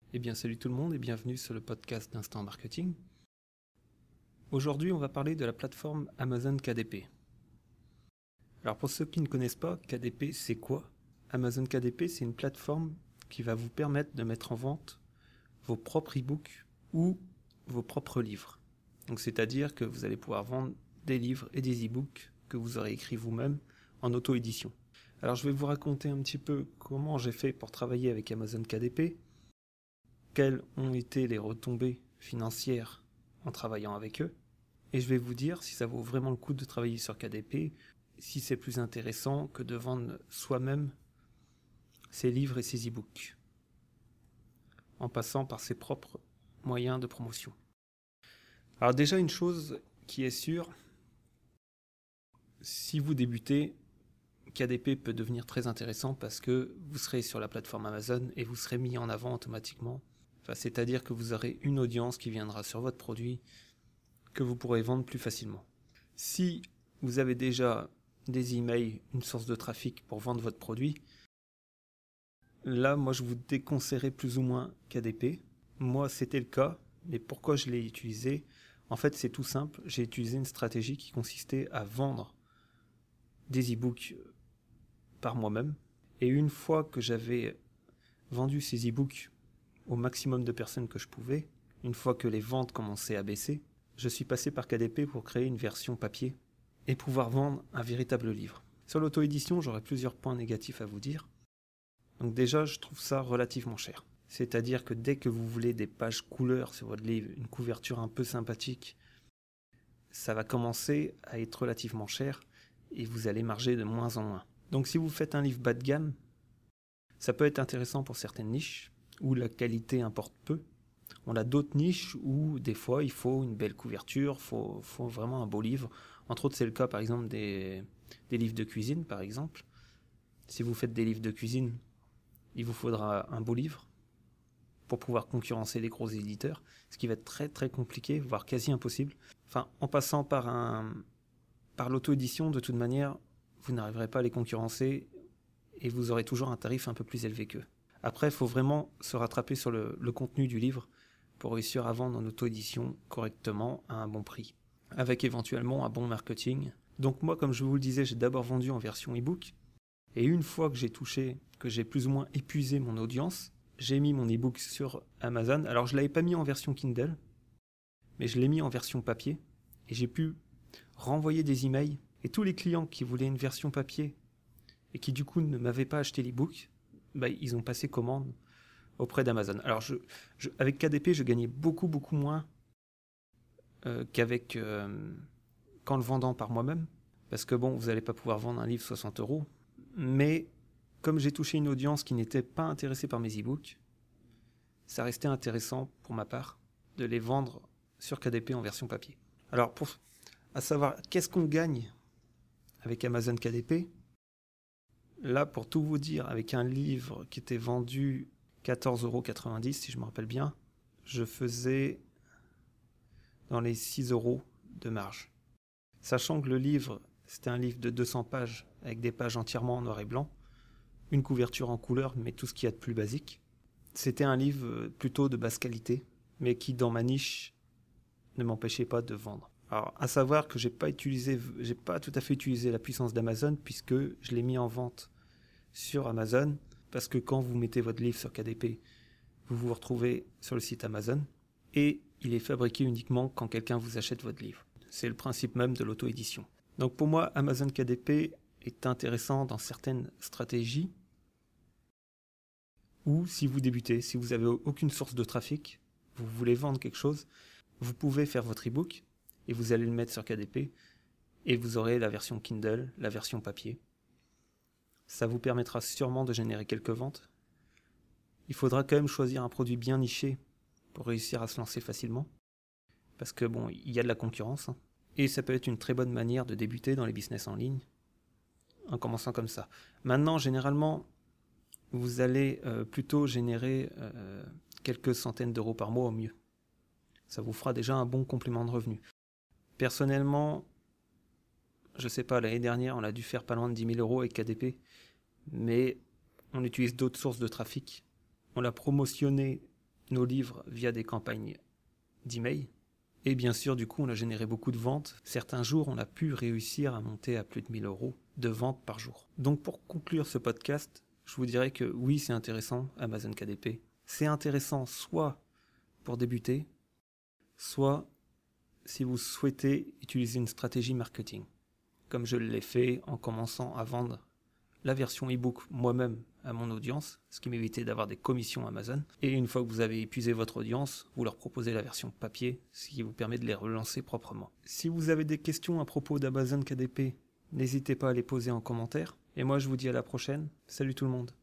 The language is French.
Eh bien salut tout le monde et bienvenue sur le podcast d'Instant Marketing. Aujourd'hui on va parler de la plateforme Amazon KDP. Alors pour ceux qui ne connaissent pas, KDP c'est quoi ? Amazon KDP c'est une plateforme qui va vous permettre de mettre en vente vos propres e-books ou vos propres livres. Donc c'est-à-dire que vous allez pouvoir vendre des livres et des e-books que vous aurez écrits vous-même en auto-édition. Alors je vais vous raconter un petit peu comment j'ai fait pour travailler avec Amazon KDP, quelles ont été les retombées financières en travaillant avec eux, et je vais vous dire si ça vaut vraiment le coup de travailler sur KDP, si c'est plus intéressant que de vendre soi-même ses livres et ses e-books, en passant par ses propres moyens de promotion. Alors déjà une chose qui est sûre, si vous débutez, KDP peut devenir très intéressant parce que vous serez sur la plateforme Amazon et vous serez mis en avant automatiquement. C'est-à-dire que vous aurez une audience qui viendra sur votre produit que vous pourrez vendre plus facilement. Si vous avez déjà des emails, une source de trafic pour vendre votre produit, là, moi, je vous déconseillerais plus ou moins KDP. Moi, c'était le cas, mais pourquoi je l'ai utilisé ? En fait, c'est tout simple. J'ai utilisé une stratégie qui consistait à vendre des e-books par moi-même. Et une fois que j'avais vendu ces e-books au maximum de personnes que je pouvais, une fois que les ventes commençaient à baisser, je suis passé par KDP pour créer une version papier et pouvoir vendre un véritable livre. Sur l'auto-édition, j'aurais plusieurs points négatifs à vous dire. Donc déjà, je trouve ça relativement cher. C'est-à-dire que dès que vous voulez des pages couleurs sur votre livre, une couverture un peu sympathique, ça va commencer à être relativement cher et vous allez marger de moins en moins. Donc si vous faites un livre bas de gamme, ça peut être intéressant pour certaines niches, où la qualité importe peu. On a d'autres niches où des fois il faut une belle couverture, il faut vraiment un beau livre. Entre autres, c'est le cas par exemple des livres de cuisine par exemple. Si vous faites des livres de cuisine, il vous faudra un beau livre pour pouvoir concurrencer les gros éditeurs, ce qui va être très très compliqué, voire quasi impossible. Enfin, en passant par l'auto-édition, de toute manière, vous n'arriverez pas à les concurrencer et vous aurez toujours un tarif un peu plus élevé qu'eux. Après, il faut vraiment se rattraper sur le contenu du livre pour réussir à vendre en auto-édition correctement à un bon prix, avec éventuellement un bon marketing. Donc moi, comme je vous le disais, j'ai d'abord vendu en version e-book, et une fois que j'ai plus ou moins épuisé mon audience, j'ai mis mon e-book sur Amazon. Alors je ne l'avais pas mis en version Kindle, mais je l'ai mis en version papier, et j'ai pu renvoyer des emails, et tous les clients qui voulaient une version papier, et qui du coup ne m'avaient pas acheté l'e-book, ils ont passé commande auprès d'Amazon. Alors avec KDP, je gagnais beaucoup moins qu'en le vendant par moi-même, parce que bon, vous n'allez pas pouvoir vendre un livre 60 €, mais comme j'ai touché une audience qui n'était pas intéressée par mes e-books, ça restait intéressant pour ma part de les vendre sur KDP en version papier. Alors, à savoir, qu'est-ce qu'on gagne avec Amazon KDP ? Là, pour tout vous dire, avec un livre qui était vendu 14,90 € si je me rappelle bien, je faisais dans les 6 € de marge. Sachant que le livre, c'était un livre de 200 pages, avec des pages entièrement en noir et blanc, une couverture en couleur, mais tout ce qu'il y a de plus basique. C'était un livre plutôt de basse qualité, mais qui, dans ma niche, ne m'empêchait pas de vendre. Alors, à savoir que j'ai pas tout à fait utilisé la puissance d'Amazon, puisque je l'ai mis en vente sur Amazon, parce que quand vous mettez votre livre sur KDP, vous vous retrouvez sur le site Amazon, et il est fabriqué uniquement quand quelqu'un vous achète votre livre. C'est le principe même de l'auto-édition. Donc pour moi, Amazon KDP est intéressant dans certaines stratégies, ou si vous débutez, si vous n'avez aucune source de trafic, vous voulez vendre quelque chose, vous pouvez faire votre e-book, et vous allez le mettre sur KDP, et vous aurez la version Kindle, la version papier. Ça vous permettra sûrement de générer quelques ventes. Il faudra quand même choisir un produit bien niché pour réussir à se lancer facilement. Parce que bon, il y a de la concurrence. Et ça peut être une très bonne manière de débuter dans les business en ligne, en commençant comme ça. Maintenant, généralement, vous allez plutôt générer quelques centaines d'euros par mois au mieux. Ça vous fera déjà un bon complément de revenu. Personnellement, je sais pas, l'année dernière, on a dû faire pas loin de 10 000 € avec KDP, mais on utilise d'autres sources de trafic. On l'a promotionné nos livres via des campagnes d'email. Et bien sûr, du coup, on a généré beaucoup de ventes. Certains jours, on a pu réussir à monter à plus de 1000 € de ventes par jour. Donc pour conclure ce podcast, je vous dirais que oui, c'est intéressant, Amazon KDP. C'est intéressant soit pour débuter, soit si vous souhaitez utiliser une stratégie marketing, comme je l'ai fait en commençant à vendre la version e-book moi-même à mon audience, ce qui m'évitait d'avoir des commissions Amazon. Et une fois que vous avez épuisé votre audience, vous leur proposez la version papier, ce qui vous permet de les relancer proprement. Si vous avez des questions à propos d'Amazon KDP, n'hésitez pas à les poser en commentaire. Et moi, je vous dis à la prochaine. Salut tout le monde.